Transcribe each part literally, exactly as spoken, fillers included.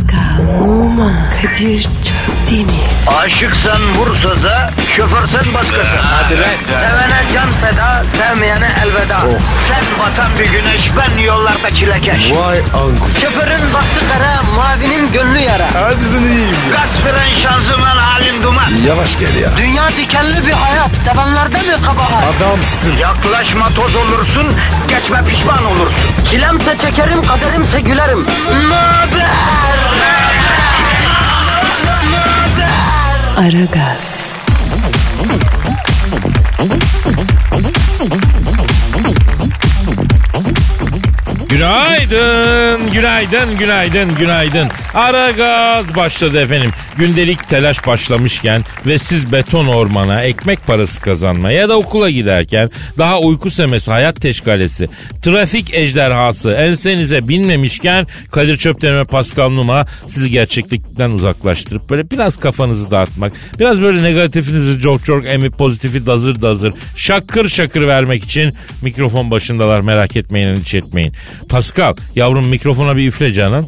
Pascal, Oman, Kadir çok değil mi? Aşıksan vursa da, şoförsen başkasın. Hadi lan. Sevene can feda, sevmeyene elveda. Sen batan bir güneş, ben yollarda çilekeş. Vay anku. Şoförün baktı kara, mavinin gönlü yara. Hadi sen iyiyim ya. Kasperen şanzıman halin duman. Yavaş gel ya. Dünya dikenli bir hayat, sevenlerde mi kabahar? Adamsın. Yaklaşma toz olursun, geçme pişman olursun. Çilemse çekerim, kaderimse gülerim. Möber! Aragaz. Günaydın, günaydın, günaydın, günaydın. Aragaz başladı efendim. Gündelik telaş başlamışken ve siz beton ormana ekmek parası kazanmaya ya da okula giderken daha uyku semesi, hayat teşkalesi, trafik ejderhası ensenize binmemişken Kadir Çöpten ve Pascal Numa sizi gerçeklikten uzaklaştırıp böyle biraz kafanızı dağıtmak, biraz böyle negatifinizi çok çok emip pozitifi dazır dazır şakır şakır vermek için mikrofon başındalar, merak etmeyin, endişe etmeyin. Pascal, yavrum mikrofona bir üfle canım.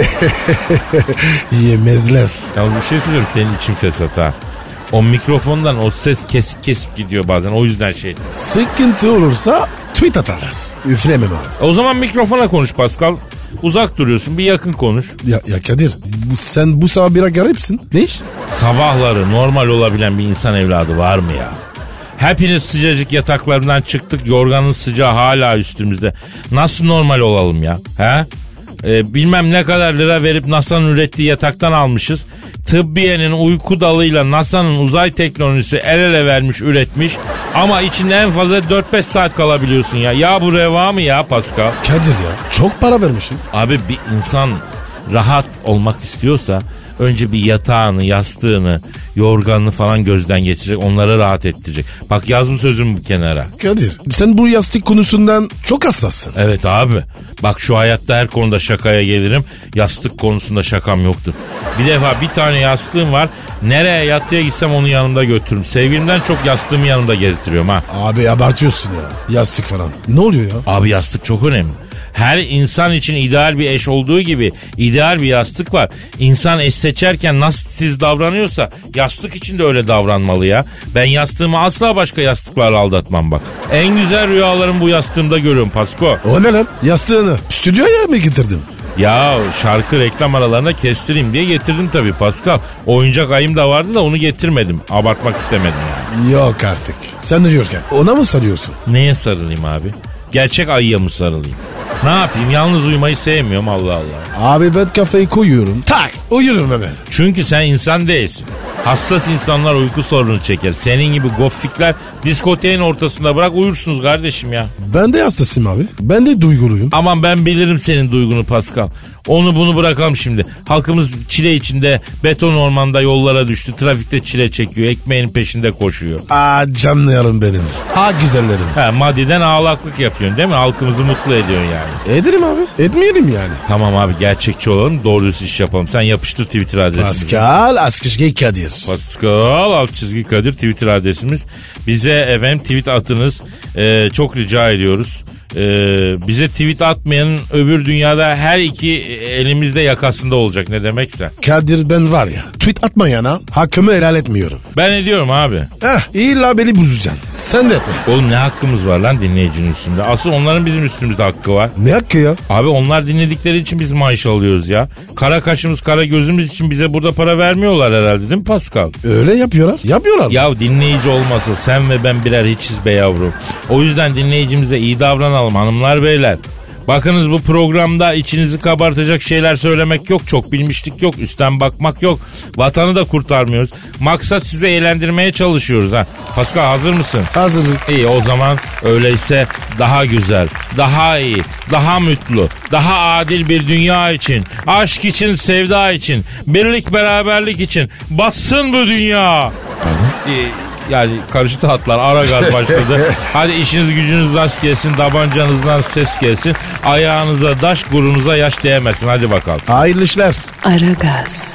Yemezler. Ya bir şey söylüyorum, senin için fesat ha. O mikrofondan o ses kesik kesik gidiyor bazen, o yüzden şey. Sıkıntı olursa tweet atarlar. Üflemem abi. O zaman mikrofona konuş Pascal. Uzak duruyorsun, bir yakın konuş. Ya, ya Kadir, bu, sen bu sabah bir garipsin. Ne iş? Sabahları normal olabilen bir insan evladı var mı ya? Hepiniz sıcacık yataklarından çıktık, yorganın sıcağı hala üstümüzde. Nasıl normal olalım ya? He? Ee, bilmem ne kadar lira verip NASA'nın ürettiği yataktan almışız. Tıbbiyenin uyku dalıyla NASA'nın uzay teknolojisi el ele vermiş, üretmiş. Ama içinde en fazla dört beş saat kalabiliyorsun ya. Ya bu reva mı ya Pascal? Kadir ya, çok para vermişsin. Abi bir insan rahat olmak istiyorsa önce bir yatağını, yastığını, yorganını falan gözden geçirecek. Onları rahat ettirecek. Bak yazdım sözümü bir kenara. Kadir, sen bu yastık konusundan çok hassassın. Evet abi. Bak şu hayatta her konuda şakaya gelirim. Yastık konusunda şakam yoktur. Bir defa bir tane yastığım var. Nereye yatıya gitsem onu yanımda götürürüm. Sevgilimden çok yastığımı yanımda gezdiriyorum ha. Abi abartıyorsun ya. Yastık falan. Ne oluyor ya? Abi yastık çok önemli. Her insan için ideal bir eş olduğu gibi ideal bir yastık var. İnsan eş seçerken nasıl titiz davranıyorsa yastık için de öyle davranmalı ya. Ben yastığımı asla başka yastıklarla aldatmam bak. En güzel rüyalarımı bu yastığımda görüyorum Pasko. O ne lan? Yastığını stüdyoya mı getirdin? Ya şarkı reklam aralarına kestireyim diye getirdim tabii Pascal. Oyuncak ayım da vardı da onu getirmedim. Abartmak istemedim yani. Yok artık. Sen ne diyorken? Ona mı sarıyorsun? Neye sarılayım abi? Gerçek ayıya mı sarılayım? Ne yapayım? Yalnız uyumayı sevmiyorum, Allah Allah. Abi ben kafayı koyuyorum. Tak uyurum hemen. Çünkü sen insan değilsin. Hassas insanlar uyku sorunu çeker. Senin gibi goffikler diskoteğin ortasında bırak uyursunuz kardeşim ya. Ben de hastasıyım abi. Ben de duyguluyum. Aman ben bilirim senin duygunu Pascal. Onu bunu bırakalım şimdi. Halkımız çile içinde beton ormanda yollara düştü. Trafikte çile çekiyor. Ekmeğinin peşinde koşuyor. Aa canlarım benim. Ha güzellerim. Ha, maddeden ağlaklık yapıyorsun değil mi? Halkımızı mutlu ediyorsun yani. Ederim abi. Etmeyelim yani. Tamam abi, gerçekçi olalım, doğru iş yapalım. Sen yapıştır Twitter adresimizi. Pascal Askışge Kadir. Pascal alt çizgi Kadir Twitter adresimiz. Bize efendim tweet atınız. Ee, çok rica ediyoruz. Ee, bize tweet atmayanın öbür dünyada her iki elimizde yakasında olacak, ne demekse. Kadir ben var ya, tweet atmayana hakkımı helal etmiyorum. Ben ediyorum abi. Heh, illa beni bozacaksın. Sen de etme. Oğlum ne hakkımız var lan dinleyicinin üstünde? Asıl onların bizim üstümüzde hakkı var. Ne hakkı ya? Abi onlar dinledikleri için biz maaş alıyoruz ya. Kara kaşımız kara gözümüz için bize burada para vermiyorlar herhalde, değil mi Pascal? Öyle yapıyorlar. Yapıyorlar. Ya dinleyici olmasa sen ve ben birer hiçiz be yavrum. O yüzden dinleyicimize iyi davranalım hanımlar beyler. Bakınız bu programda içinizi kabartacak şeyler söylemek yok. Çok bilmişlik yok. Üstten bakmak yok. Vatanı da kurtarmıyoruz. Maksat sizi eğlendirmeye çalışıyoruz ha. Pascal hazır mısın? Hazırız. İyi o zaman öyleyse daha güzel, daha iyi, daha mutlu, daha adil bir dünya için, aşk için, sevda için, birlik beraberlik için batsın bu dünya. Pardon? Ee, Yani karıştı hatlar, Aragaz başladı. Hadi işiniz gücünüz rast gelsin, tabancanızdan ses gelsin. Ayağınıza taş, gurunuza yaş değmesin. Hadi bakalım. Hayırlı işler. Aragaz.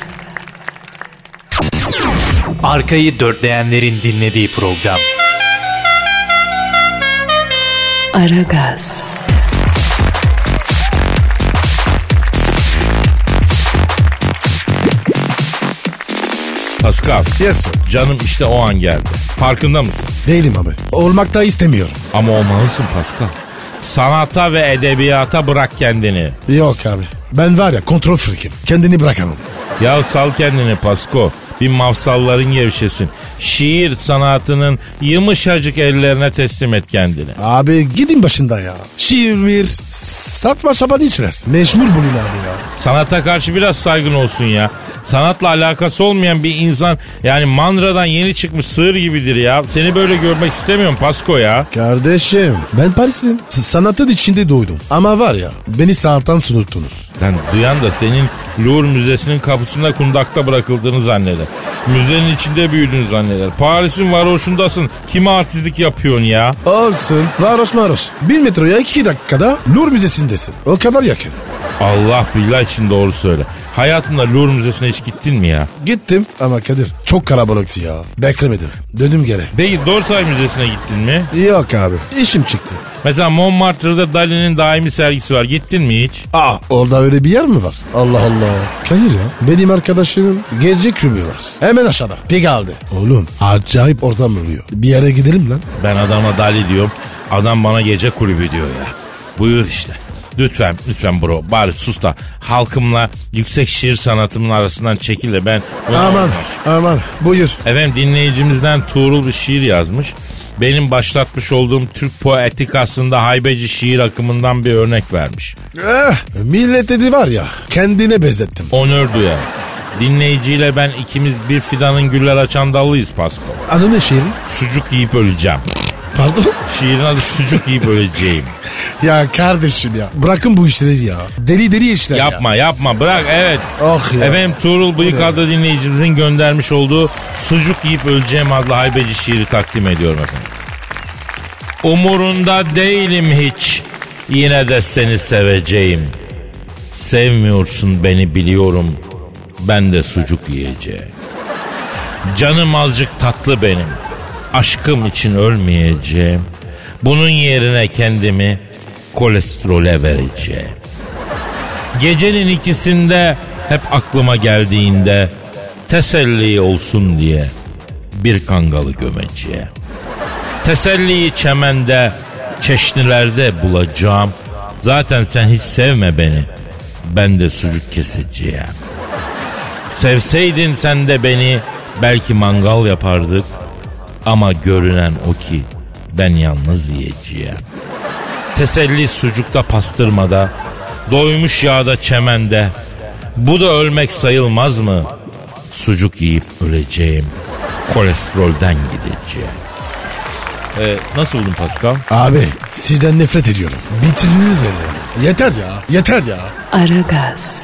Arkayı dörtleyenlerin dinlediği program. Aragaz. Pascal, Yes sir. canım işte o an geldi. Farkında mısın? Değilim abi. Olmak da istemiyorum. Ama olmalısın Pascal. Sanata ve edebiyata bırak kendini. Yok abi. Ben var ya kontrol frikim. Kendini bırakamam. Ya sal kendini Pasko. Bir mafsalların gevşesin. Şiir sanatının yumuşacık ellerine teslim et kendini. Abi gidin başında ya. Şiir mir. Satma şaban işler. Meşmur bulun abi ya. Sanata karşı biraz saygın olsun ya. Sanatla alakası olmayan bir insan yani mandradan yeni çıkmış sığır gibidir ya. Seni böyle görmek istemiyorum Pasko ya. Kardeşim ben Parisliyim. S- Sanatın içinde doğdum. Ama var ya beni sanattan sunuttunuz. Lan duyan da senin Louvre Müzesi'nin kapısında kundakta bırakıldığını zanneder. Müzenin içinde büyüdüğünü zanneder. Paris'in varoşundasın. Kime artistlik yapıyorsun ya? Olsun. Varoş maroş. Bir metroya iki dakikada Louvre Müzesi'ndesin. O kadar yakın. Allah billah için doğru söyle. Hayatında Louvre Müzesi'ne hiç gittin mi ya? Gittim ama Kadir çok kalabalıktı ya. Beklemedim. Döndüm geri. Peki Dorsay Müzesi'ne gittin mi? Yok abi. İşim çıktı. Mesela Montmartre'da Dali'nin daimi sergisi var. Gittin mi hiç? Aa orada öyle bir yer mi var? Allah Allah. Kadir ya benim arkadaşımın gece kulübü var. Hemen aşağıda. Pigaldi. Oğlum acayip ortam oluyor. Bir yere gidelim lan. Ben adama Dali diyorum. Adam bana gece kulübü diyor ya. Buyur işte. Lütfen lütfen bro bari sus da halkımla yüksek şiir sanatımın arasından çekil de ben... Aman aman buyur. Efendim dinleyicimizden Tuğrul bir şiir yazmış. Benim başlatmış olduğum Türk poetikasında haybeci şiir akımından bir örnek vermiş. Eh, millet dedi var ya kendine benzettim. Onur duyar. Dinleyiciyle ben ikimiz bir fidanın güller açan dallıyız Pasko. Adı ne şiirin? Sucuk yiyip öleceğim. Pardon? Şiirin adı sucuk yiyip öleceğim. Ya kardeşim ya bırakın bu işleri ya. Deli deli işler Yapma ya. yapma bırak evet. Oh ya. Efendim Tuğrul Bıyık adlı dinleyicimizin göndermiş olduğu Sucuk Yiyip Öleceğim adlı haybeci şiiri takdim ediyorum efendim. Umurunda değilim hiç, yine de seni seveceğim. Sevmiyorsun beni biliyorum, ben de sucuk yiyeceğim. Canım azıcık tatlı benim, aşkım için ölmeyeceğim. Bunun yerine kendimi kolesterole vereceğim. Gecenin ikisinde hep aklıma geldiğinde teselli olsun diye bir kangalı gömeceğim. Teselliyi çemende, çeşnilerde bulacağım. Zaten sen hiç sevme beni, ben de sucuk keseceğim. Sevseydin sen de beni, belki mangal yapardık. Ama görünen o ki ben yalnız yiyeceğim. Teselli sucukta pastırmada, doymuş yağda çemende. Bu da ölmek sayılmaz mı? Sucuk yiyip öleceğim, kolesterolden gideceğim. Ee, nasıl buldun Pascal? Abi sizden nefret ediyorum. Bitirdiniz beni. Yeter ya yeter ya. Aragaz.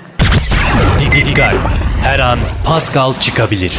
Dikkat. Her an Pascal çıkabilir.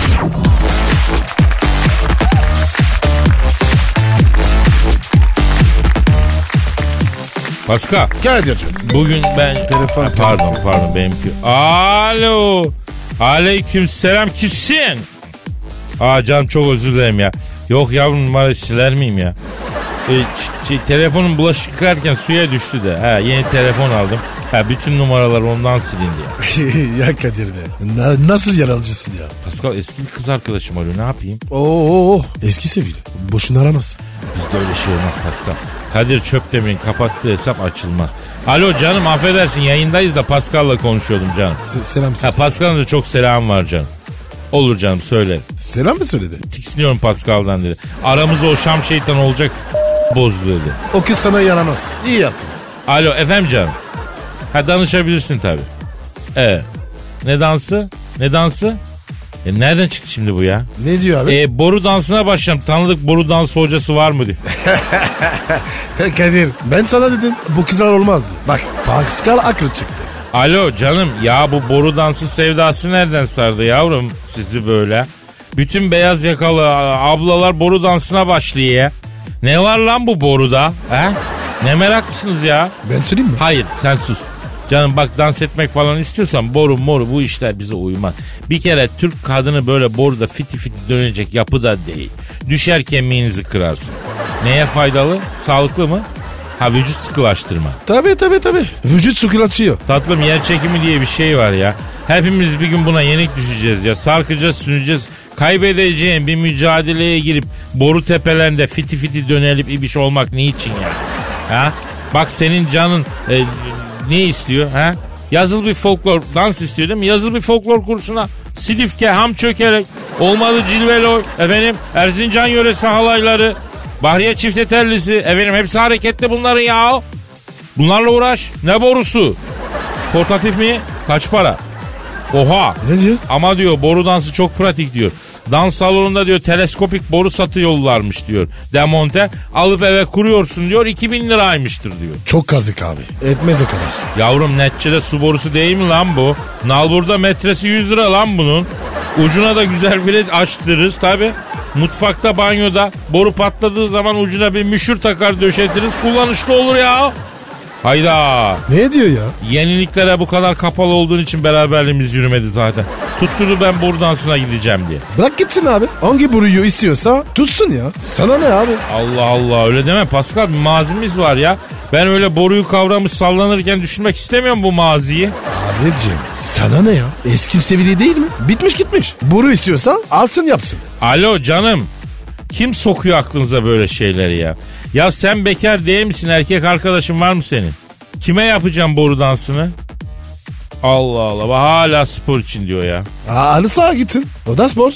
Pascal, Kadir'cim. bugün ben... Telefon- Ha, pardon pardon benimki. Alo. Aleyküm selam, kimsin? Aa canım çok özür dilerim ya. Yok yavrum numarayı siler miyim ya? E, ç- ç- telefonun bulaşık yıkarken suya düştü de. Ha, yeni telefon aldım. Ha, bütün numaralar ondan silindi ya. Ya Kadir be. Na- nasıl yaralıcısın ya? Pascal eski bir kız arkadaşım arıyor, ne yapayım? Oo, eski sevgili. Boşuna aramaz. Bizde öyle şey olmaz Pascal. Kadir Çöpdemir'in kapattığı hesap açılmaz. Alo canım affedersin yayındayız da Pascal'la konuşuyordum canım. Se- selam Ha, söyle. Pascal'ın da çok selam var canım. Olur canım söyle. Selam mı söyledi? Tiksiniyorum Pascal'dan dedi. Aramızda o Şam şeytan olacak bozdu dedi. O kız sana yaramaz. İyi yaptın. Alo efendim canım. Ha danışabilirsin tabii. Evet. Ne dansı? Ne dansı? E nereden çıktı şimdi bu ya? Ne diyor abi? E boru dansına başlayalım. Tanıdık boru dansı hocası var mı diye. Kadir ben sana dedim bu kızlar olmazdı. Bak Pascal aklı çıktı. Alo canım ya bu boru dansı sevdası nereden sardı yavrum sizi böyle? Bütün beyaz yakalı ablalar boru dansına başlıyor ya. Ne var lan bu boruda? He? Ne meraklısınız ya? Ben söyleyeyim mi? Hayır sen sus. Canım bak dans etmek falan istiyorsan boru moru bu işler bize uymaz. Bir kere Türk kadını böyle boruda fiti fiti dönecek yapıda değil. Düşer kemiğinizi kırarsın. Neye faydalı? Sağlıklı mı? Ha, vücut sıkılaştırma. Tabii tabii tabii. Vücut sıkılaşıyor. Tatlım, yer çekimi diye bir şey var ya. Hepimiz bir gün buna yenik düşeceğiz ya. Sarkacağız, süneceğiz. Kaybedeceğin bir mücadeleye girip boru tepelerinde fiti fiti dönelip ibiş olmak niçin ya? Ha? Bak senin canın e, ne istiyor? Ha? Yazılı bir folklor dans istiyor değil mi? Yazılı bir folklor kursuna silifke, ham çökerek, olmalı cilveloy, efendim Erzincan yöresi halayları, Bahriye çifte tellisi, efendim hepsi hareketli bunların ya. Bunlarla uğraş. Ne borusu? Portatif mi? Kaç para? Oha. Ne diyor? Ama diyor boru dansı çok pratik diyor. Dans salonunda diyor teleskopik boru satıyorlarmış diyor. Demonte alıp eve kuruyorsun diyor, iki bin liraymıştır diyor. Çok kazık abi. Etmez o kadar. Yavrum neticede su borusu değil mi lan bu? Nalbur'da metresi yüz lira lan bunun. Ucuna da güzel bilet açtırırız tabi. Mutfakta, banyoda boru patladığı zaman ucuna bir müşür takar döşetiriz. Kullanışlı olur ya. Hayda. Ne diyor ya? Yeniliklere bu kadar kapalı olduğun için beraberliğimiz yürümedi zaten. Tutturdu ben boru dansına gideceğim diye. Bırak gitsin abi. Hangi boruyu istiyorsa tutsun ya. Sana ne abi? Allah Allah, öyle deme Pascal, bir mazimiz var ya. Ben öyle boruyu kavramış sallanırken düşünmek istemiyorum bu maziyi. Abicim sana ne ya? Eski sevgili değil mi? Bitmiş gitmiş. Boru istiyorsa alsın yapsın. Alo canım. Kim sokuyor aklınıza böyle şeyleri ya? Ya sen bekar değil misin? Erkek arkadaşın var mı senin? Kime yapacağım boru dansını? Allah Allah. Bak hala spor için diyor ya. Aa, halı sağa gitsin. O da spor.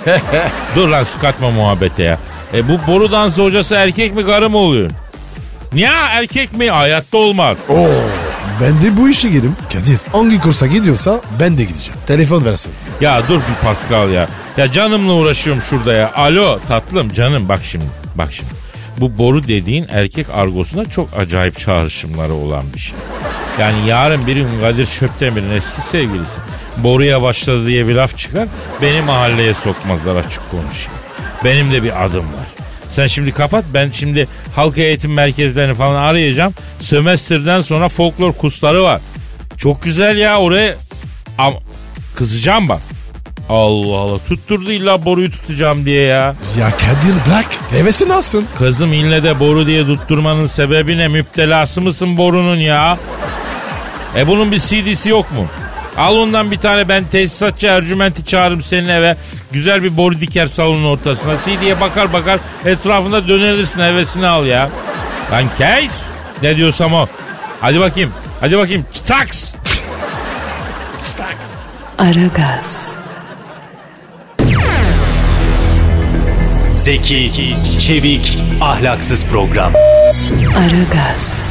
Dur lan, su katma muhabbete ya. E bu boru dansı hocası erkek mi karı mı oluyor? Ya erkek mi? Hayatta olmaz. Oo, ben de bu işe girim. Kadir hangi kursa gidiyorsa ben de gideceğim. Telefon versin. Ya dur bir Pascal ya. Ya canımla uğraşıyorum şurada ya. Alo tatlım canım, bak şimdi. Bak şimdi. Bu boru dediğin erkek argosunda çok acayip çağrışımları olan bir şey. Yani yarın bir gün Kadir Çöptemir'in eski sevgilisi boruya başladı diye bir laf çıkar. Beni mahalleye sokmazlar, açık konuşayım. Benim de bir adım var. Sen şimdi kapat, ben şimdi halk eğitim merkezlerini falan arayacağım. Sömestrden sonra folklor kursları var. Çok güzel ya oraya. Ama kızacağım bak. Allah Allah, tutturdu illa boruyu tutacağım diye ya. Ya Kadir bırak. Hevesini alsın. Kızım ille de boru diye tutturmanın sebebi ne? Müptelası mısın borunun ya? E bunun bir C D'si yok mu? Al ondan bir tane, ben tesisatçı Ercüment'i çağırırım senin eve. Güzel bir boru diker salonun ortasına. C D'ye bakar bakar etrafında dönelirsin, hevesini al ya. Lan case. Ne diyorsam o. Hadi bakayım. Hadi bakayım. Çıtaks. Aragaz. Zeki, çevik, ahlaksız program. Aragaz.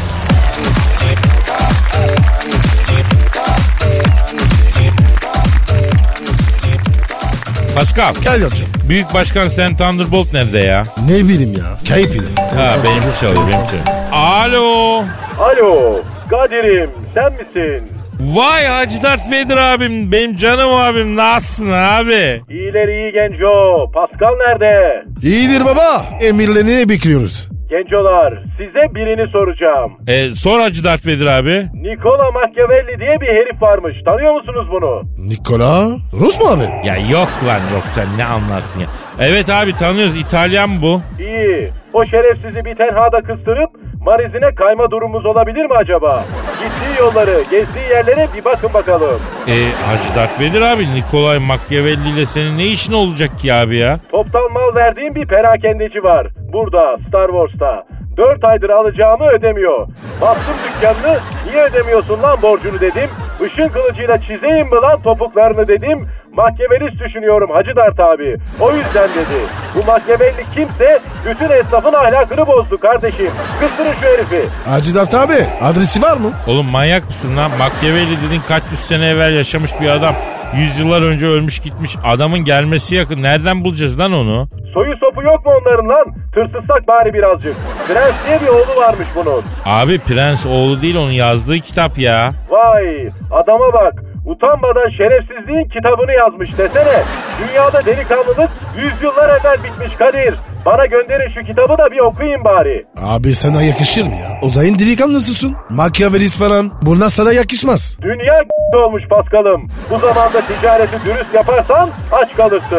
Pascal. Gel hocam. Büyük Başkan Sen Thunderbolt nerede ya? Ne bileyim ya. Kayıp yine. Ha benimki çalıyor, benimki çalıyor. Alo. Alo, Kadir'im sen misin? Vay Hacı Dert Vedir abim, benim canım abim, nasılsın abi? İyiler iyi Genco. Pascal nerede? İyidir baba. Emirlerini bekliyoruz. Gencolar, size birini soracağım. E, sor Hacı Dert Vedir abi. Nicola Machiavelli diye bir herif varmış. Tanıyor musunuz bunu? Nikola Rus mu abi? Ya yok lan yok, sen ne anlarsın ya. Evet abi tanıyoruz, İtalyan bu. İyi. O şerefsizi bir tenhada kıstırıp marizine kayma durumumuz olabilir mi acaba? Gittiği yolları, gezdiği yerlere bir bakın bakalım. E, Hacı Dert Vedir abi, Nikolay Machiavelli ile senin ne işin olacak ki abi ya? Toptan mal verdiğim bir perakendeci var. Burada, Star Wars'ta. Dört aydır alacağımı ödemiyor. Bastım dükkanını, niye ödemiyorsun lan borcunu dedim. Işın kılıcıyla çizeyim mi lan topuklarını dedim. Machiavellist düşünüyorum Hacı Dert abi. O yüzden dedi. Bu Machiavelli kimse bütün esnafın ahlakını bozdu kardeşim. Kıstırın şu herifi. Hacı Dert abi adresi var mı? Oğlum manyak mısın lan? Machiavelli dedin kaç yüz sene evvel yaşamış bir adam. Yüzyıllar önce ölmüş gitmiş. Adamın gelmesi yakın. Nereden bulacağız lan onu? Soyu sopu yok mu onların lan? Tırsızsak bari birazcık. Prens diye bir oğlu varmış bunun. Abi Prens oğlu değil, onun yazdığı kitap ya. Vay adama bak. Utanmadan şerefsizliğin kitabını yazmış desene. Dünyada delikanlılık yüzyıllar evvel bitmiş Kadir. Bana gönderin şu kitabı da bir okuyayım bari. Abi sana yakışır mı ya? Uzayın delikanlısısın. Machiavellist falan. Bunlar sana yakışmaz. Dünya olmuş Paskal'ım. Bu zamanda ticareti dürüst yaparsan aç kalırsın.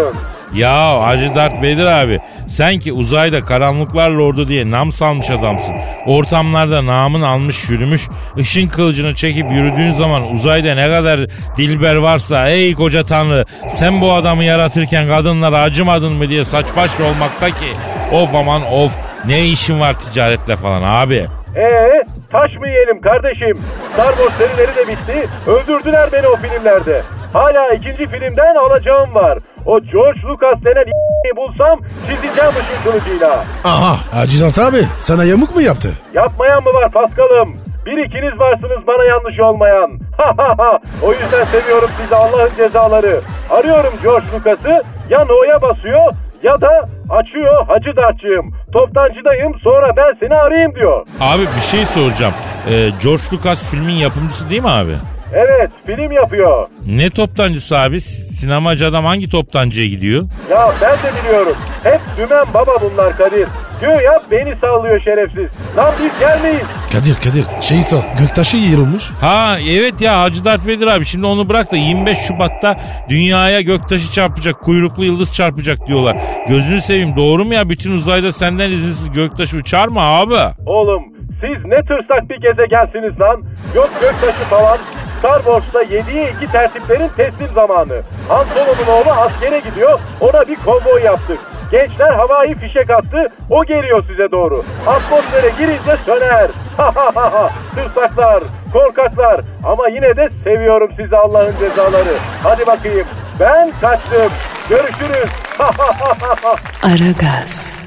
Ya Hacı Darth Vader abi, sen ki uzayda karanlıklar lordu diye nam salmış adamsın. Ortamlarda namın almış yürümüş, ışın kılıcını çekip yürüdüğün zaman uzayda ne kadar dilber varsa, ey koca tanrı sen bu adamı yaratırken kadınlara acımadın mı diye saç baş olmakta ki. Of aman of, ne işin var ticaretle falan abi. Eee taş mı yiyelim kardeşim? Star Wars serileri de bitti. Öldürdüler beni o filmlerde. Hala ikinci filmden alacağım var. O George Lucas denen i***yi bulsam çizeceğim ışın kılıcıyla. Aha Hacı abi sana yamuk mu yaptı? Yapmayan mı var Paskal'ım? Bir ikiniz varsınız bana yanlış olmayan. Ha ha ha. O yüzden seviyorum sizi Allah'ın cezaları. Arıyorum George Lucas'ı. Ya No'ya basıyor ya da açıyor Hacı Dartçığım. Toptancıdayım sonra ben seni arayayım diyor. Abi bir şey soracağım. Ee, George Lucas filmin yapımcısı değil mi abi? Evet film yapıyor. Ne toptancısı abi? Sinemacı adam hangi toptancıya gidiyor? Ya ben de biliyorum. Hep dümen baba bunlar Kadir. Güya beni sallıyor şerefsiz. Lan biz gelmeyiz. Kadir Kadir şeyi sor. Göktaşı yer olmuş. Ha evet ya Hacı Darth Vader abi, şimdi onu bırak da yirmi beş Şubat'ta dünyaya göktaşı çarpacak, kuyruklu yıldız çarpacak diyorlar. Gözünü seveyim, doğru mu ya? Bütün uzayda senden izinsiz göktaşı uçar mı abi? Oğlum siz ne tırsak bir gezegensiniz lan. Yok göktaşı falan. Star Wars'ta yediye iki tertiplerin teslim zamanı. Han Solo'nun oğlu askere gidiyor. Ona bir konvoy yaptık. Gençler havai fişek attı. O geliyor size doğru. Atmosfere girince söner. Ha ha ha ha. Tırsaklar, korkaklar. Ama yine de seviyorum sizi Allah'ın cezaları. Hadi bakayım. Ben kaçtım. Görüşürüz. Ha ha ha ha. Aragaz.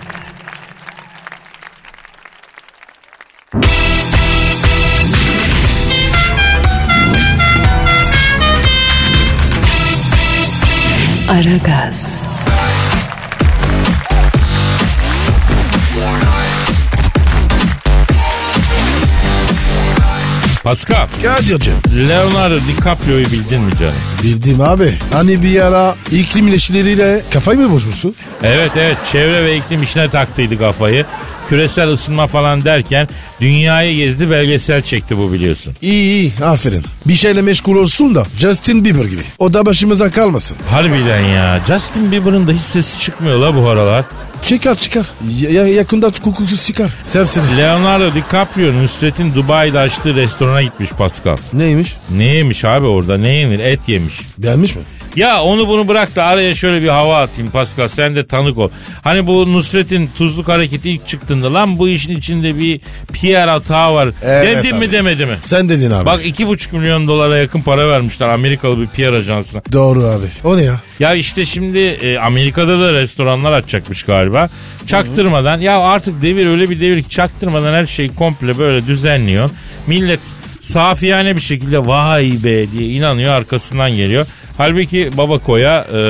Aragaz. Pascal, Kadir'cim. Leonardo DiCaprio'yu bildin mi canım? Bildim abi. Hani bir ara iklim ilişkileriyle kafayı mı bozmuşsun? Evet evet, çevre ve iklim işine taktıydı kafayı. Küresel ısınma falan derken dünyayı gezdi, belgesel çekti bu, biliyorsun. İyi iyi aferin. Bir şeyle meşgul olsun da Justin Bieber gibi. O da başımıza kalmasın. Harbiden ya, Justin Bieber'ın da hiç sesi çıkmıyor la bu aralar. Çıkar çıkar. Ya, yakında kokusu çıkar. Serseri. Leonardo DiCaprio Nusret'in Dubai'de açtığı restorana gitmiş Pascal. Neymiş? Ne yemiş abi orada, ne yenir? Et yemiş. Beğenmiş mi? Ya onu bunu bırak da araya şöyle bir hava atayım Pascal, sen de tanık ol. Hani bu Nusret'in tuzluk hareketi ilk çıktığında lan bu işin içinde bir P R hata var. Evet Dedim abi. mi demedi mi? Sen dedin abi. Bak iki buçuk milyon dolara yakın para vermişler Amerikalı bir P R ajansına. Doğru abi. O ne ya? Ya işte şimdi e, Amerika'da da restoranlar açacakmış galiba. Çaktırmadan, ya artık devir öyle bir devir ki çaktırmadan her şeyi komple böyle düzenliyor. Millet safiyane bir şekilde vay be diye inanıyor, arkasından geliyor. Halbuki Baba Koya e,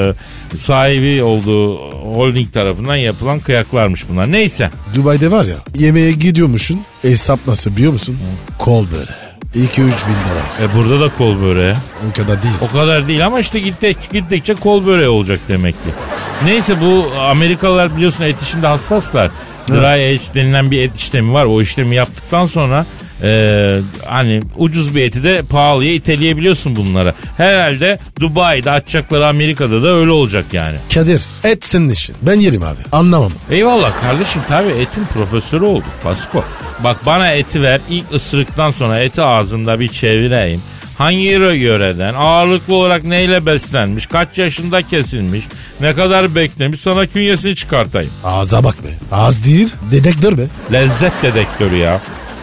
sahibi olduğu holding tarafından yapılan kıyaklarmış bunlar. Neyse. Dubai'de var ya, yemeğe gidiyormuşsun. Hesap nasıl biliyor musun? Kol böyle. iki üç bin dolar. E burada da kol böreği. O kadar değil. O kadar değil ama işte gittikçe, gittikçe kol böreği olacak demek ki. Neyse, bu Amerikalılar biliyorsun et işinde hassaslar. Dry age denilen bir et işlemi var. O işlemi yaptıktan sonra Ee, hani ucuz bir eti de pahalıya iteleyebiliyorsun bunlara. Herhalde Dubai'de açacakları Amerika'da da öyle olacak yani. Kadir, et senin işin. Ben yerim abi. Anlamam. Eyvallah kardeşim, tabii etin profesörü olduk Pasko. Bak bana eti ver, ilk ısırıktan sonra eti ağzında bir çevireyim. Hangi yöreden, ağırlıklı olarak neyle beslenmiş, kaç yaşında kesilmiş, ne kadar beklemiş, sana künyesini çıkartayım. Ağza bak be. Ağız değil, dedektör be. Lezzet dedektörü ya.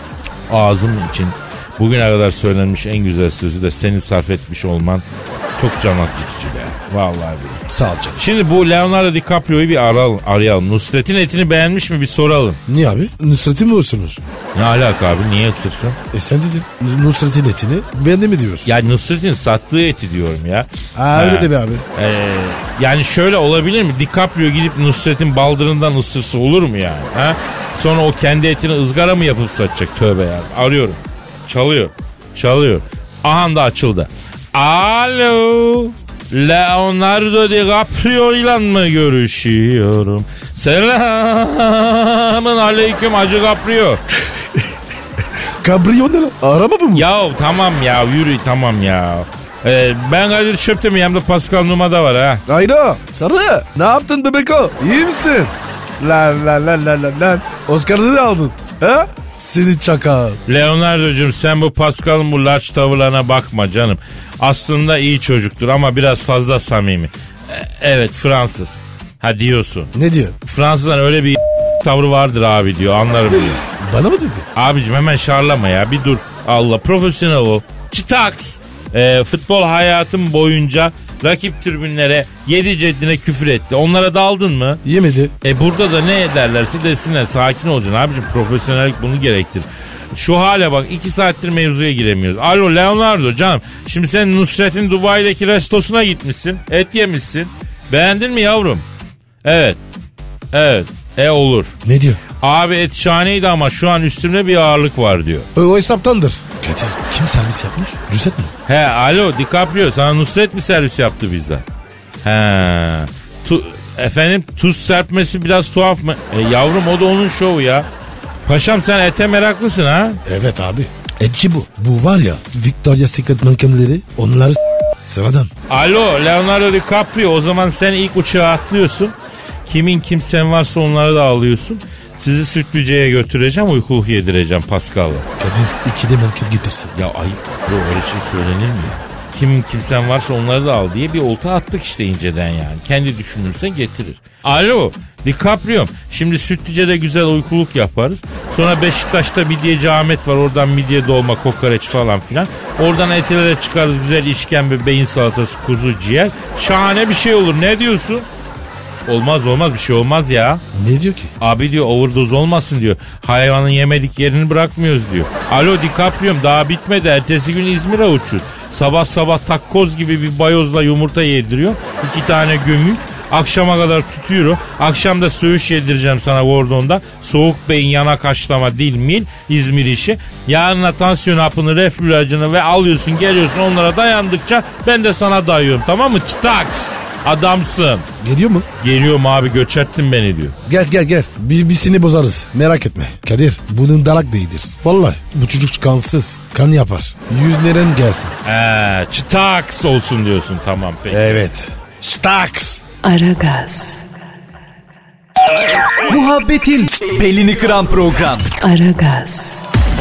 Ağzım için bugüne kadar söylenmiş en güzel sözü de senin sarf etmiş olman çok can acıtıcı be. Vallahi billahi. Sağ ol canım. Şimdi bu Leonardo DiCaprio'yu bir arayalım, arayalım. Nusret'in etini beğenmiş mi bir soralım. Niye abi? Nusret'i mi ısırmış? Ne alaka abi, niye ısırsın? E sen dedin Nusret'in etini ben de mi diyorsun? Ya Nusret'in sattığı eti diyorum ya. Aa, öyle de be abi. Ee, yani şöyle olabilir mi? DiCaprio gidip Nusret'in baldırından ısırsa olur mu yani? Ha? Sonra o kendi etini ızgara mı yapıp satacak? Tövbe ya. Arıyorum. Çalıyor. Çalıyor. Aha da açıldı. Alo. Leonardo DiCaprio ile mi görüşüyorum? Selamın aleyküm Hacı Caprio. Cabrio ne lan? Araba mı bu? Ya tamam ya, yürü tamam ya. Ee, ben Kadir Çöptemir, hem de Pascal Numa da var ha. Ayda sarı ne yaptın bebeko? İyi misin? Lan lan lan lan lan lan. Oscar'ı da aldın. Ha? Seni çakal. Leonardo'cum sen bu Pascal'ın bu large tavırlarına bakma canım. Aslında iyi çocuktur ama biraz fazla samimi. Ee, evet Fransız. Ha diyorsun. Ne diyor? Fransızdan öyle bir tavrı vardır abi diyor, anlarım diyor. Bana mı dedi? Abicim hemen şarlama ya, bir dur. Allah, profesyonel o. Çıtaks. Ee, futbol hayatım boyunca rakip tribünlere yedi ceddine küfür etti. Onlara daldın mı? Yemedi. E burada da ne ederlerse desinler. Sakin olacaksın abicim. Profesyonellik bunu gerektirir. Şu hale bak, iki saattir mevzuya giremiyoruz. Alo Leonardo canım. Şimdi sen Nusret'in Dubai'deki restosuna gitmişsin. Et yemişsin. Beğendin mi yavrum? Evet. Evet. E olur. Ne diyor? Abi et şahaneydi ama şu an üstümde bir ağırlık var diyor. O, o hesaptandır. Kadir kim servis yapmış? Nusret mi? He alo DiCaprio, sana Nusret mi servis yaptı bize? He. Tu, efendim tuz serpmesi biraz tuhaf mı? E yavrum o da onun şovu ya. Paşam sen ete meraklısın ha? Evet abi. Etçi bu. Bu var ya Victoria's Secret mankenleri onları s- sıradan. Alo Leonardo DiCaprio, o zaman sen ilk uçağa atlıyorsun. Kimin kimsen varsa onları da alıyorsun. Sizi Sütlüce'ye götüreceğim, uykuluk yedireceğim Pascal'la. Kadir iki de manken getirsin. Ya ayıp, yok öyle şey söylenir mi ya? Kimin kimsen varsa onları da al diye bir olta attık işte inceden yani. Kendi düşünürse getirir. Alo DiCaprio, şimdi Sütlüce'de güzel uykuluk yaparız. Sonra Beşiktaş'ta midyeci Ahmet var, oradan midye dolma, kokoreç falan filan. Oradan Etiler'e çıkarız, güzel işkembe, beyin salatası, kuzu ciğer. Şahane bir şey olur, ne diyorsun? Olmaz olmaz bir şey olmaz ya. Ne diyor ki? Abi diyor overdose olmasın diyor. Hayvanın yemedik yerini bırakmıyoruz diyor. Alo DiCaprio'm daha bitmedi. Ertesi gün İzmir'e uçuyor. Sabah sabah takkoz gibi bir bayozla yumurta yediriyor. İki tane gömük. Akşama kadar tutuyor. Akşam da söğüş yedireceğim sana Gordon'da. Soğuk beyin, yanak haşlama, dil, mil, İzmir işi. Yarına tansiyon hapını, reflü ilacını ve alıyorsun geliyorsun, onlara dayandıkça ben de sana dayıyorum, tamam mı? Çıtaks. Adamsın. Geliyor mu? Geliyorum abi, göçerttin beni diyor. Gel gel gel. Bir, birisini bozarız. Merak etme. Kadir bunun darak değildir. Vallahi bu çocuk kansız. Kan yapar. Yüz neren gelsin. Eee çıtaks olsun diyorsun, tamam peki. Evet. Staks. Aragaz, Muhabbetin belini kıran program. Aragaz,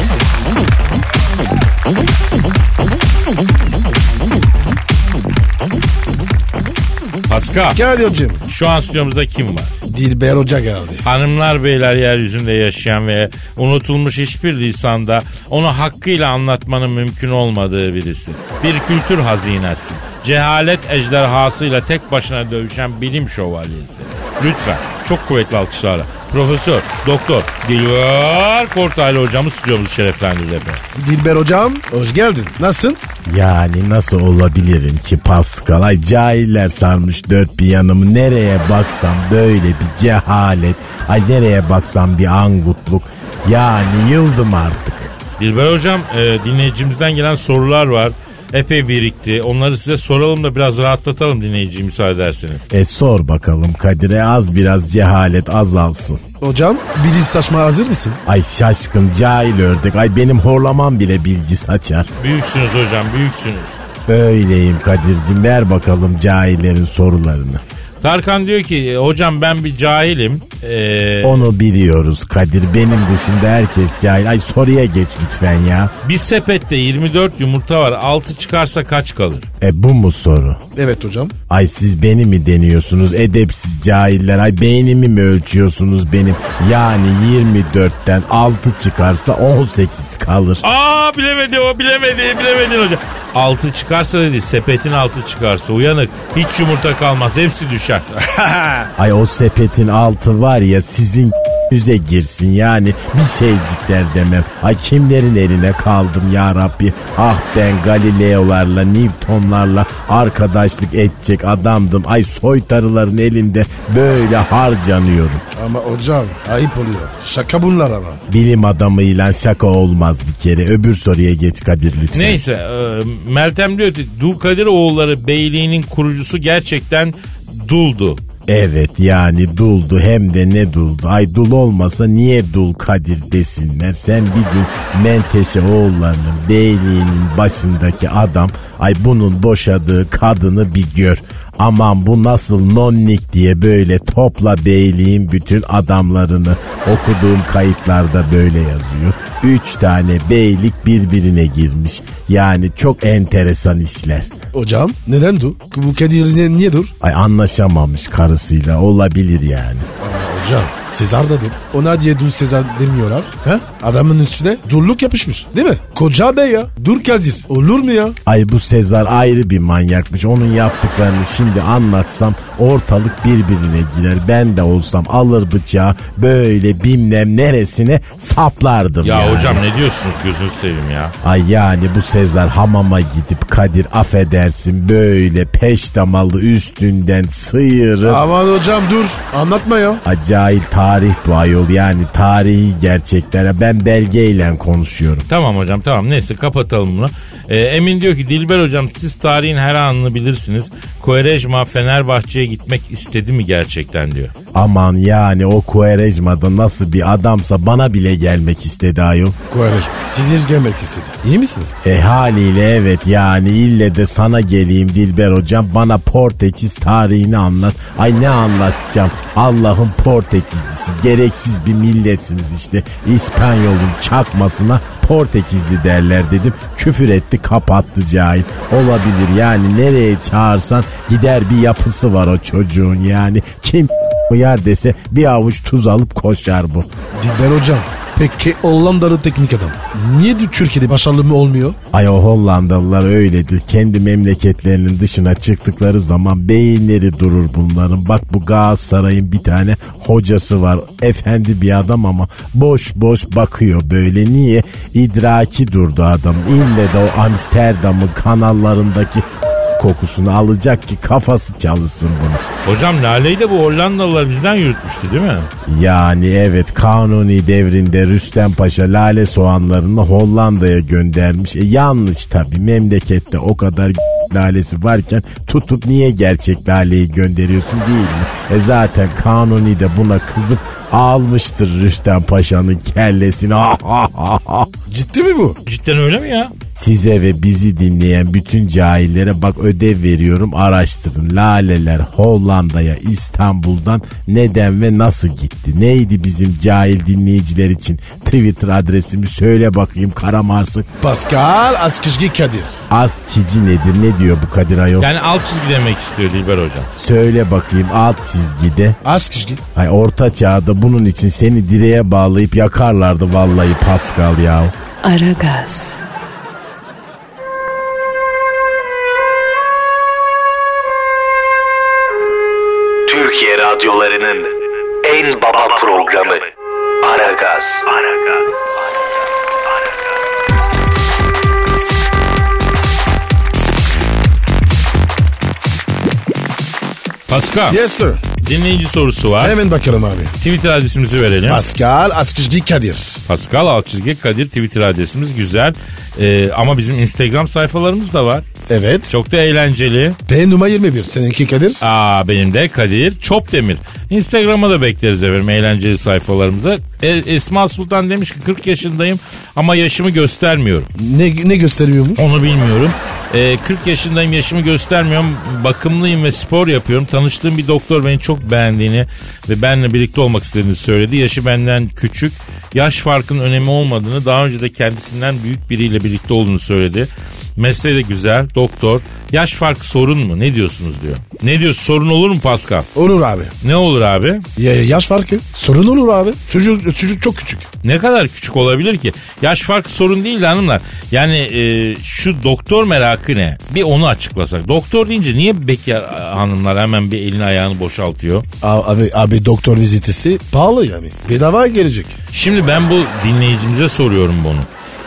Pascal, Gel hocam. şu an stüdyomuzda kim var? Dilber Hoca geldi. Hanımlar beyler, yeryüzünde yaşayan ve unutulmuş hiçbir lisanda onu hakkıyla anlatmanın mümkün olmadığı birisi. Bir kültür hazinesi. Cehalet ejderhasıyla tek başına dövüşen bilim şövalyesi. Lütfen çok kuvvetli alkışlarla Profesör Doktor Dilber Kortaylı hocamız stüdyomuzu şereflendirdi efendim. Dilber hocam hoş geldin. Nasılsın? Yani nasıl olabilirim ki Pascal? Ay cahiller sarmış dört bir yanımı. Nereye baksam böyle bir cehalet. Ay nereye baksam bir angutluk. Yani yıldım artık. Dilber hocam, e, dinleyicimizden gelen sorular var. Epey birikti. Onları size soralım da biraz rahatlatalım dinleyiciyi, müsaade ederseniz. E sor bakalım Kadir'e, az biraz cehalet azalsın. Hocam biri saçma hazır mısın? Ay şaşkın cahil ördek. Ay benim horlamam bile bilgi saçar. Büyüksünüz hocam, büyüksünüz. Öyleyim Kadir'cim, ver bakalım cahillerin sorularını. Tarkan diyor ki hocam ben bir cahilim. Ee, Onu biliyoruz Kadir, benim dışında herkes cahil. Ay soruya geç lütfen ya. Bir sepette yirmi dört yumurta var. altı çıkarsa kaç kalır? E bu mu soru? Evet hocam. Ay siz beni mi deniyorsunuz edepsiz cahiller? Ay beynimi mi ölçüyorsunuz benim? Yani yirmi dörtten altı çıkarsa on sekiz kalır. Aa bilemedi o, bilemedi bilemedin hocam. altı çıkarsa dedi, sepetin altı çıkarsa uyanık. Hiç yumurta kalmaz, hepsi düşer. Ay o sepetin altı var ya sizin yüze girsin yani, bir şeycikler demem. Ay kimlerin eline kaldım ya Rabbi. Ah ben Galileolarla, Newtonlarla arkadaşlık edecek adamdım. Ay soytarıların elinde böyle harcanıyorum. Ama hocam ayıp oluyor. Şaka bunlar ama. Bilim adamıyla şaka olmaz bir kere. Öbür soruya geç Kadir lütfen. Neyse e, Meltem diyor ki Dul Kadir oğulları beyliğinin kurucusu gerçekten duldu. Evet yani duldu hem de ne duldu. Ay dul olmasa niye dul Kadir desinler. Sen bir gün Menteşe oğullarının beyliğinin başındaki adam, ay bunun boşadığı kadını bir gör. Aman bu nasıl nonnik diye böyle topla beyliğin bütün adamlarını, okuduğum kayıtlarda böyle yazıyor. Üç tane beylik birbirine girmiş. Yani çok enteresan işler. Hocam neden dur? Bu Kadir niye, niye dur? Ay anlaşamamış karısıyla, olabilir yani. Ama hocam Sezar da dur. Ona diye dur Sezar demiyorlar. He? Adamın üstüne durluk yapışmış değil mi? Koca bey ya. Dur Kadir. Olur mu ya? Ay bu Sezar ayrı bir manyakmış. Onun yaptıklarını şimdi anlatsam ortalık birbirine girer. Ben de olsam alır bıçağı böyle bilmem neresine saplardım Ya yani. hocam ne diyorsunuz, gözünü seveyim ya. Ay yani bu Sezar hamama gidip Kadir affedersin böyle peştemalı üstünden sıyırıp. Aman hocam dur. Anlatma ya. Acayip tarih bu ayol, yani tarihi gerçeklere ben belgeyle konuşuyorum. Tamam hocam tamam, neyse kapatalım bunu. Ee, Emin diyor ki Dilber hocam siz tarihin her anını bilirsiniz. Quaresma Fenerbahçe'ye gitmek istedi mi gerçekten diyor. Aman yani o Quaresma'da nasıl bir adamsa bana bile gelmek istedi ayol. Quaresma sizi gelmek istedi. İyi misiniz? E haliyle evet, yani ille de sana geleyim Dilber hocam, bana Portekiz tarihini anlat. Ay ne anlatacağım, Allah'ın Portekizlisi, gereksiz bir milletsiniz işte. İspanyol'un çakmasına Portekizli derler dedim, küfür etti kapattı cahil. Olabilir yani, nereye çağırsan gider, bir yapısı var o çocuğun yani. Kim uyar dese bir avuç tuz alıp koşar bu. Dilber hocam peki Hollandalı teknik adam niye Türkiye'de başarılı mı olmuyor? Ay o Hollandalılar öyledir. Kendi memleketlerinin dışına çıktıkları zaman beyinleri durur bunların. Bak bu Galatasaray'ın bir tane hocası var. Efendi bir adam ama boş boş bakıyor böyle. Niye? İdraki durdu adam. İlle de o Amsterdam'ın kanallarındaki kokusunu alacak ki kafası çalışsın bunu. Hocam Lale'yi de bu Hollandalılar bizden yürütmüştü değil mi? Yani evet, Kanuni devrinde Rüstem Paşa lale soğanlarını Hollanda'ya göndermiş. E yanlış tabii, memlekette o kadar lalesi varken tutup niye gerçek laleyi gönderiyorsun değil mi? E zaten Kanuni de buna kızıp almıştır Rüstem Paşa'nın kellesini. Ciddi mi bu? Cidden öyle mi ya? Size ve bizi dinleyen bütün cahillere bak ödev veriyorum, araştırın. Laleler Hollanda'ya İstanbul'dan neden ve nasıl gitti? Neydi bizim cahil dinleyiciler için Twitter adresimi söyle bakayım Karamarsık. Pascal Askizgi Kadir. Askici nedir, ne diyor bu Kadir ayol? Yani alt çizgi demek istiyor Dilber hocam. Söyle bakayım alt çizgide. Askizgi. Ay orta çağda bunun için seni direğe bağlayıp yakarlardı vallahi Pascal ya. Aragaz. Türkiye radyolarının en baba programı Aragaz. Aragaz. Pascal. Yes sir. Dinleyici sorusu var. Hemen bakalım abi. Twitter adresimizi verelim. Pascal Askizgi Kadir. Pascal Altçizgi Kadir Twitter adresimiz güzel. Ee, ama bizim Instagram sayfalarımız da var. Evet. Çok da eğlenceli. P numara yirmi bir. Seninki Kadir? Aa benim de Kadir Çopdemir. Instagram'a da bekleriz efendim eğlenceli sayfalarımıza. E, Esma Sultan demiş ki kırk yaşındayım ama yaşımı göstermiyorum. Ne, ne gösteriyormuş? Onu bilmiyorum. E, kırk yaşındayım, yaşımı göstermiyorum. Bakımlıyım ve spor yapıyorum. Tanıştığım bir doktor beni çok beğendiğini ve benimle birlikte olmak istediğini söyledi. Yaşı benden küçük. Yaş farkının önemi olmadığını, daha önce de kendisinden büyük biriyle birlikte olduğunu söyledi. Mesleği de güzel, doktor. Yaş farkı sorun mu? Ne diyorsunuz diyor. Ne diyorsun, sorun olur mu Pascal? Olur abi. Ne olur abi? Ya, yaş farkı sorun olur abi. Çocuk çocuk çok küçük. Ne kadar küçük olabilir ki? Yaş farkı sorun değil de hanımlar. Yani e, şu doktor merakı ne? Bir onu açıklasak. Doktor deyince niye bekar hanımlar hemen bir elini ayağını boşaltıyor? Abi, abi doktor vizitesi pahalı yani. Bedava gelecek. Şimdi ben bu dinleyicimize soruyorum bunu.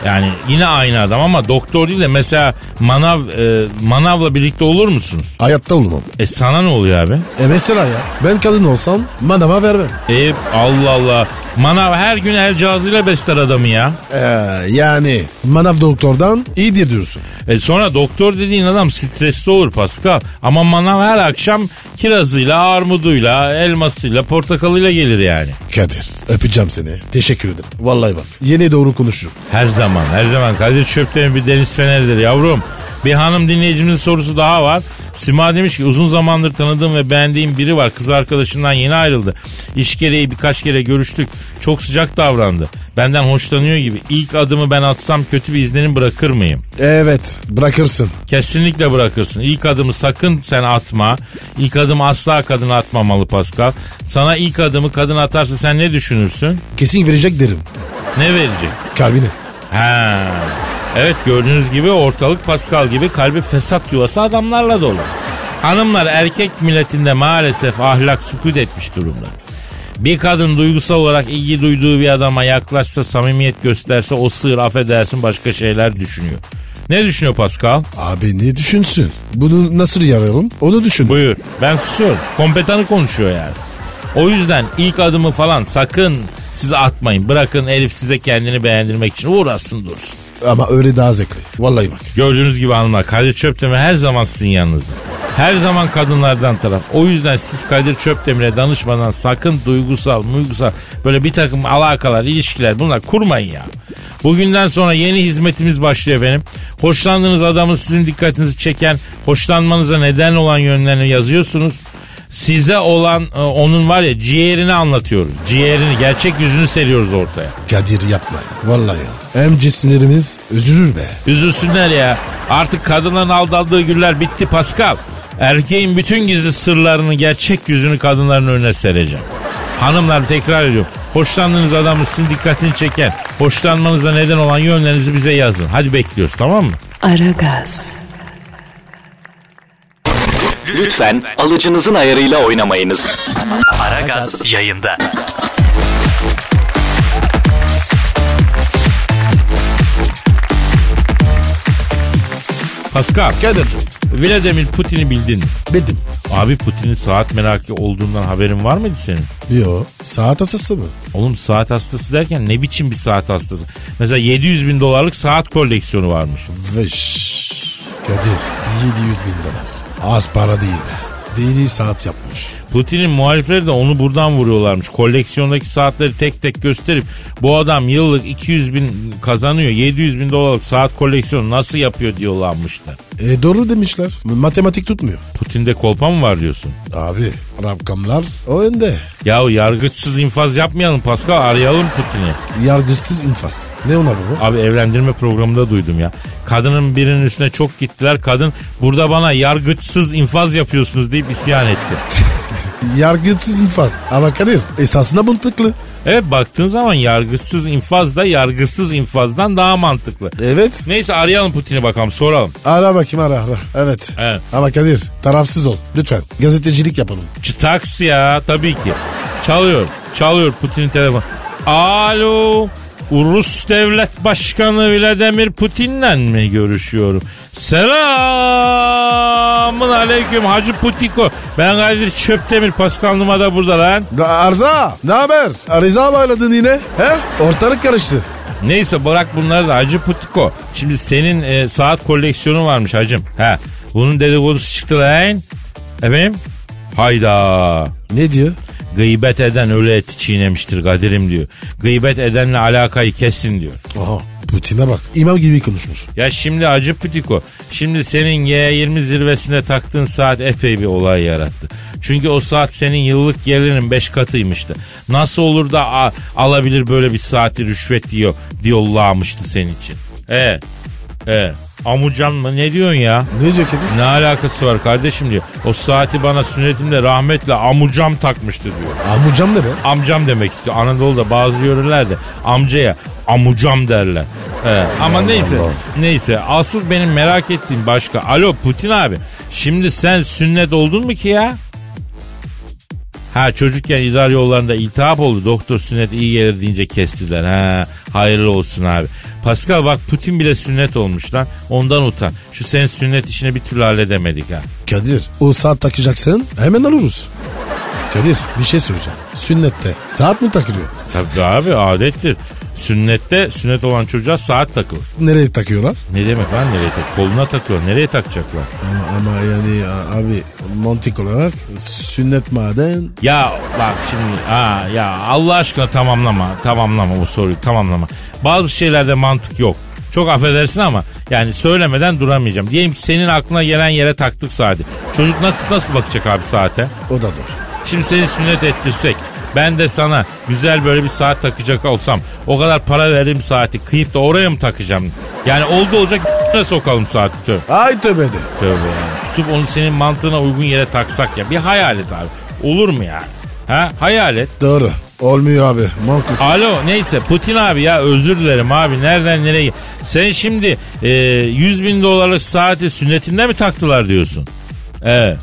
Yani yine aynı adam ama doktor değil de mesela manav e, manavla birlikte olur musunuz? Hayatta olmam. E sana ne oluyor abi? E mesela ya ben kadın olsam manava vermem. E Allah Allah. Manav her gün el cihazıyla besler adamı ya. Ee, yani manav doktordan iyidir diyorsun. E sonra doktor dediğin adam stresli olur Pascal. Ama manav her akşam kirazıyla, armuduyla, elmasıyla, portakalıyla gelir yani. Kadir öpeceğim seni. Teşekkür ederim. Vallahi bak yine doğru konuşuyorum. Her zaman her zaman Kadir Çöptemir bir deniz feneridir yavrum. Bir hanım dinleyicimizin sorusu daha var. Sima demiş ki uzun zamandır tanıdığım ve beğendiğim biri var. Kız arkadaşından yeni ayrıldı. İş gereği birkaç kere görüştük. Çok sıcak davrandı. Benden hoşlanıyor gibi. İlk adımı ben atsam kötü bir izlenim bırakır mıyım? Evet bırakırsın. Kesinlikle bırakırsın. İlk adımı sakın sen atma. İlk adımı asla kadın atmamalı Pascal. Sana ilk adımı kadın atarsa sen ne düşünürsün? Kesin verecek derim. Ne verecek? Kalbini. Ha. Evet gördüğünüz gibi ortalık Pascal gibi kalbi fesat yuvası adamlarla dolu. Hanımlar erkek milletinde maalesef ahlak sükût etmiş durumda. Bir kadın duygusal olarak ilgi duyduğu bir adama yaklaşsa, samimiyet gösterse o sığır affedersin başka şeyler düşünüyor. Ne düşünüyor Pascal? Abi ne düşünsün? Bunu nasıl yararım? Onu düşün. Buyur. Ben susuyorum. Kompetanı konuşuyor yani. O yüzden ilk adımı falan sakın size atmayın. Bırakın herif size kendini beğendirmek için uğraşsın dursun. Ama öyle daha zevkli. Vallahi bak. Gördüğünüz gibi hanımlar Kadir Çöptemir her zaman sizin yanınızda. Her zaman kadınlardan taraf. O yüzden siz Kadir Çöptemir'e danışmadan sakın duygusal, muygusal böyle bir takım alakalar, ilişkiler bunlar kurmayın ya. Bugünden sonra yeni hizmetimiz başlıyor efendim. Hoşlandığınız adamın sizin dikkatinizi çeken, hoşlanmanıza neden olan yönlerini yazıyorsunuz. Size olan onun var ya ciğerini anlatıyoruz. Ciğerini, gerçek yüzünü seriyoruz ortaya. Kadir yapma ya. Vallahi ya. Hem cisimlerimiz üzülür be. Üzülsünler ya. Artık kadınların aldattığı günler bitti Pascal. Erkeğin bütün gizli sırlarını, gerçek yüzünü kadınların önüne sereceğim. Hanımlar tekrar ediyorum. Hoşlandığınız adamın sizin dikkatini çeken, hoşlanmanıza neden olan yönlerinizi bize yazın. Hadi bekliyoruz, tamam mı? Aragaz. Lütfen alıcınızın ayarıyla oynamayınız. Aragaz yayında. Pascal, Kadir'cim. Vladimir Putin'i bildin mi? Bildim. Abi Putin'in saat merakı olduğundan haberin var mıydı senin? Yo, saat hastası mı? Oğlum saat hastası derken ne biçim bir saat hastası? Mesela yedi yüz bin dolarlık saat koleksiyonu varmış. Vış. Kadir yedi yüz bin dolar. Az para değil be. Deli saat yapmış. Putin'in muhalifleri de onu buradan vuruyorlarmış. Koleksiyondaki saatleri tek tek gösterip bu adam yıllık iki yüz bin kazanıyor. yedi yüz bin dolarlık saat koleksiyonu nasıl yapıyor diyorlarmışlar. E doğru demişler. Matematik tutmuyor. Putin'de kolpa mı var diyorsun? Abi rakamlar o önde. Yahu yargıçsız infaz yapmayalım Pascal, arayalım Putin'i. Yargısız infaz. Ne ona bu? Abi evlendirme programında duydum ya. Kadının birinin üstüne çok gittiler. Kadın burada bana yargıçsız infaz yapıyorsunuz deyip isyan etti. Yargısız infaz. Ama Kadir esasında mantıklı. Evet baktığın zaman yargısız infaz da yargısız infazdan daha mantıklı. Evet. Neyse arayalım Putin'i bakalım, soralım. Ara bakayım ara ara. Evet. Evet. Ama Kadir tarafsız ol lütfen. Gazetecilik yapalım. Çıtaks ya tabii ki. Çalıyor. Çalıyor Putin'in telefonu. Alo. Rus Devlet Başkanı Vladimir Putin'le mi görüşüyorum? Selamun aleyküm Hacı Putiko. Ben Kadir Çöptemir, Pascal Numa da burada lan. Arza ne haber? Arıza bağladın yine. He? Ortalık karıştı. Neyse bırak bunları da Hacı Putiko. Şimdi senin e, saat koleksiyonu varmış hacım. He. Bunun dedikodusu çıktı lan. Efendim? Hayda. Ne diyor? Gıybet eden ölü eti çiğnemiştir Kadir'im diyor. Gıybet edenle alakayı kesin diyor. Aha Putin'e bak. İmam gibi konuşmuş. Ya şimdi Hacı Putiko, şimdi senin G yirmi zirvesinde taktığın saat epey bir olay yarattı. Çünkü o saat senin yıllık gelirinin beş katıymıştı. Nasıl olur da a- alabilir böyle bir saati rüşvet diyor, diyorlarmıştı senin için. E, e, amucan mı ne diyorsun ya? Ne ceketi? Ne alakası var kardeşim diyor. O saati bana sünnetimde rahmetle amucam takmıştı diyor. Amucam ne be? Amcam demek istiyor. Anadolu'da bazı yörelerde amcaya amucam derler. Evet. Ama Allah neyse Allah. neyse asıl benim merak ettiğim başka. Alo Putin abi, şimdi sen sünnet oldun mu ki ya? Ha çocukken idrar yollarında iltihap oldu. Doktor sünnet iyi gelir deyince kestiler. Ha hayırlı olsun abi. Pascal bak Putin bile sünnet olmuş lan. Ondan utan. Şu senin sünnet işini bir türlü halledemedik ha. Kadir o saat takacaksın hemen alırız. Kadir bir şey söyleyeceğim. Sünnette saat mi takılıyor? Tabii abi adettir. Sünnette sünnet olan çocuğa saat takılır. Nereye takıyorlar? Ne demek lan nereye tak? Koluna takıyor. Nereye takacaklar? Ama, ama yani abi mantık olarak sünnet maden. Ya bak şimdi ha ya Allah aşkına tamamlama. Tamamlama o soruyu tamamlama. Bazı şeylerde mantık yok. Çok affedersin ama yani söylemeden duramayacağım. Diyelim ki senin aklına gelen yere taktık saati. Çocuk nasıl, nasıl bakacak abi saate? O da doğru. Şimdi seni sünnet ettirsek ben de sana güzel böyle bir saat takacak olsam o kadar para verdiğim saati kıyıp da oraya mı takacağım? Yani oldu olacak ne sokalım saati tövbe. Ay tövbe de. Tövbe yani. Tutup onu senin mantığına uygun yere taksak ya. Bir hayal et abi. Olur mu yani? Ha? Hayal et. Doğru. Olmuyor abi. Mantık. Alo neyse Putin abi ya özür dilerim abi. Nereden nereye? Sen şimdi e, yüz bin dolarlık saati sünnetinde mi taktılar diyorsun? Evet.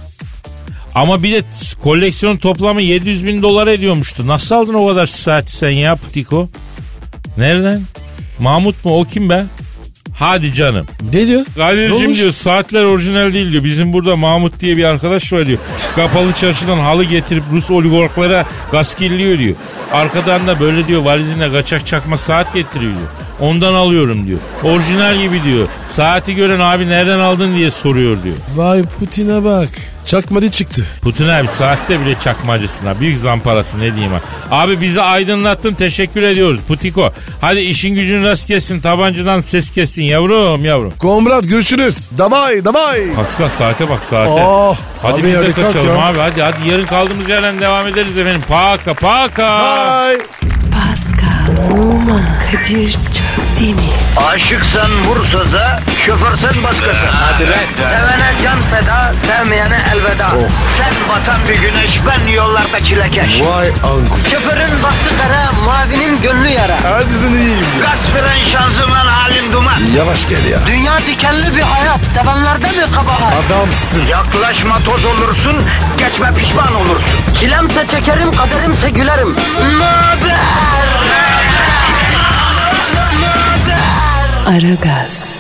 Ama bir de koleksiyon toplamı yedi yüz bin dolar ediyormuştu. Nasıl aldın o kadar saati sen ya Putiko? Nereden? Mahmut mu o kim be? Hadi canım. Ne diyor? Kadir'cim diyor saatler orijinal değil diyor. Bizim burada Mahmut diye bir arkadaş var diyor. Kapalı çarşıdan halı getirip Rus oligarklara gaskilliyor diyor. Arkadan da böyle diyor valizine kaçak çakma saat getiriyor diyor. Ondan alıyorum diyor. Orijinal gibi diyor. Saati gören abi nereden aldın diye soruyor diyor. Vay Putin'e bak. Çakmadı çıktı. Putin abi saatte bile çakmacısın ha. Büyük zamparası ne diyeyim ha. Abi bizi aydınlattın teşekkür ediyoruz Putiko. Hadi işin gücün rast kessin tabancadan ses kessin yavrum yavrum. Komrat görüşürüz. Davay davay. Pascal saate bak saate. Oh, hadi abi biz de hadi kalk kaçalım ya. abi hadi hadi yarın kaldığımız yerden devam ederiz efendim. Paka paka. Bye. Pascal, Oman, Kadir çok değil mi? Aşıksan vursa da şoförsen başkasın. Hadi lan. Sevene can feda, sevmeyene elveda. Sen batan bir güneş, ben yollarda çilekeş. Vay anku. Şoförün baktı kara, mavinin gönlü yara. Hadi sen iyiyim ya. Kasperen şanzıman halin duman. Yavaş gel ya. Dünya dikenli bir hayat, sevenlerde mi kabahar? Adamsın. Yaklaşma toz olursun, geçme pişman olursun. Çilemse çekerim, kaderimse gülerim. Möber! Aragaz.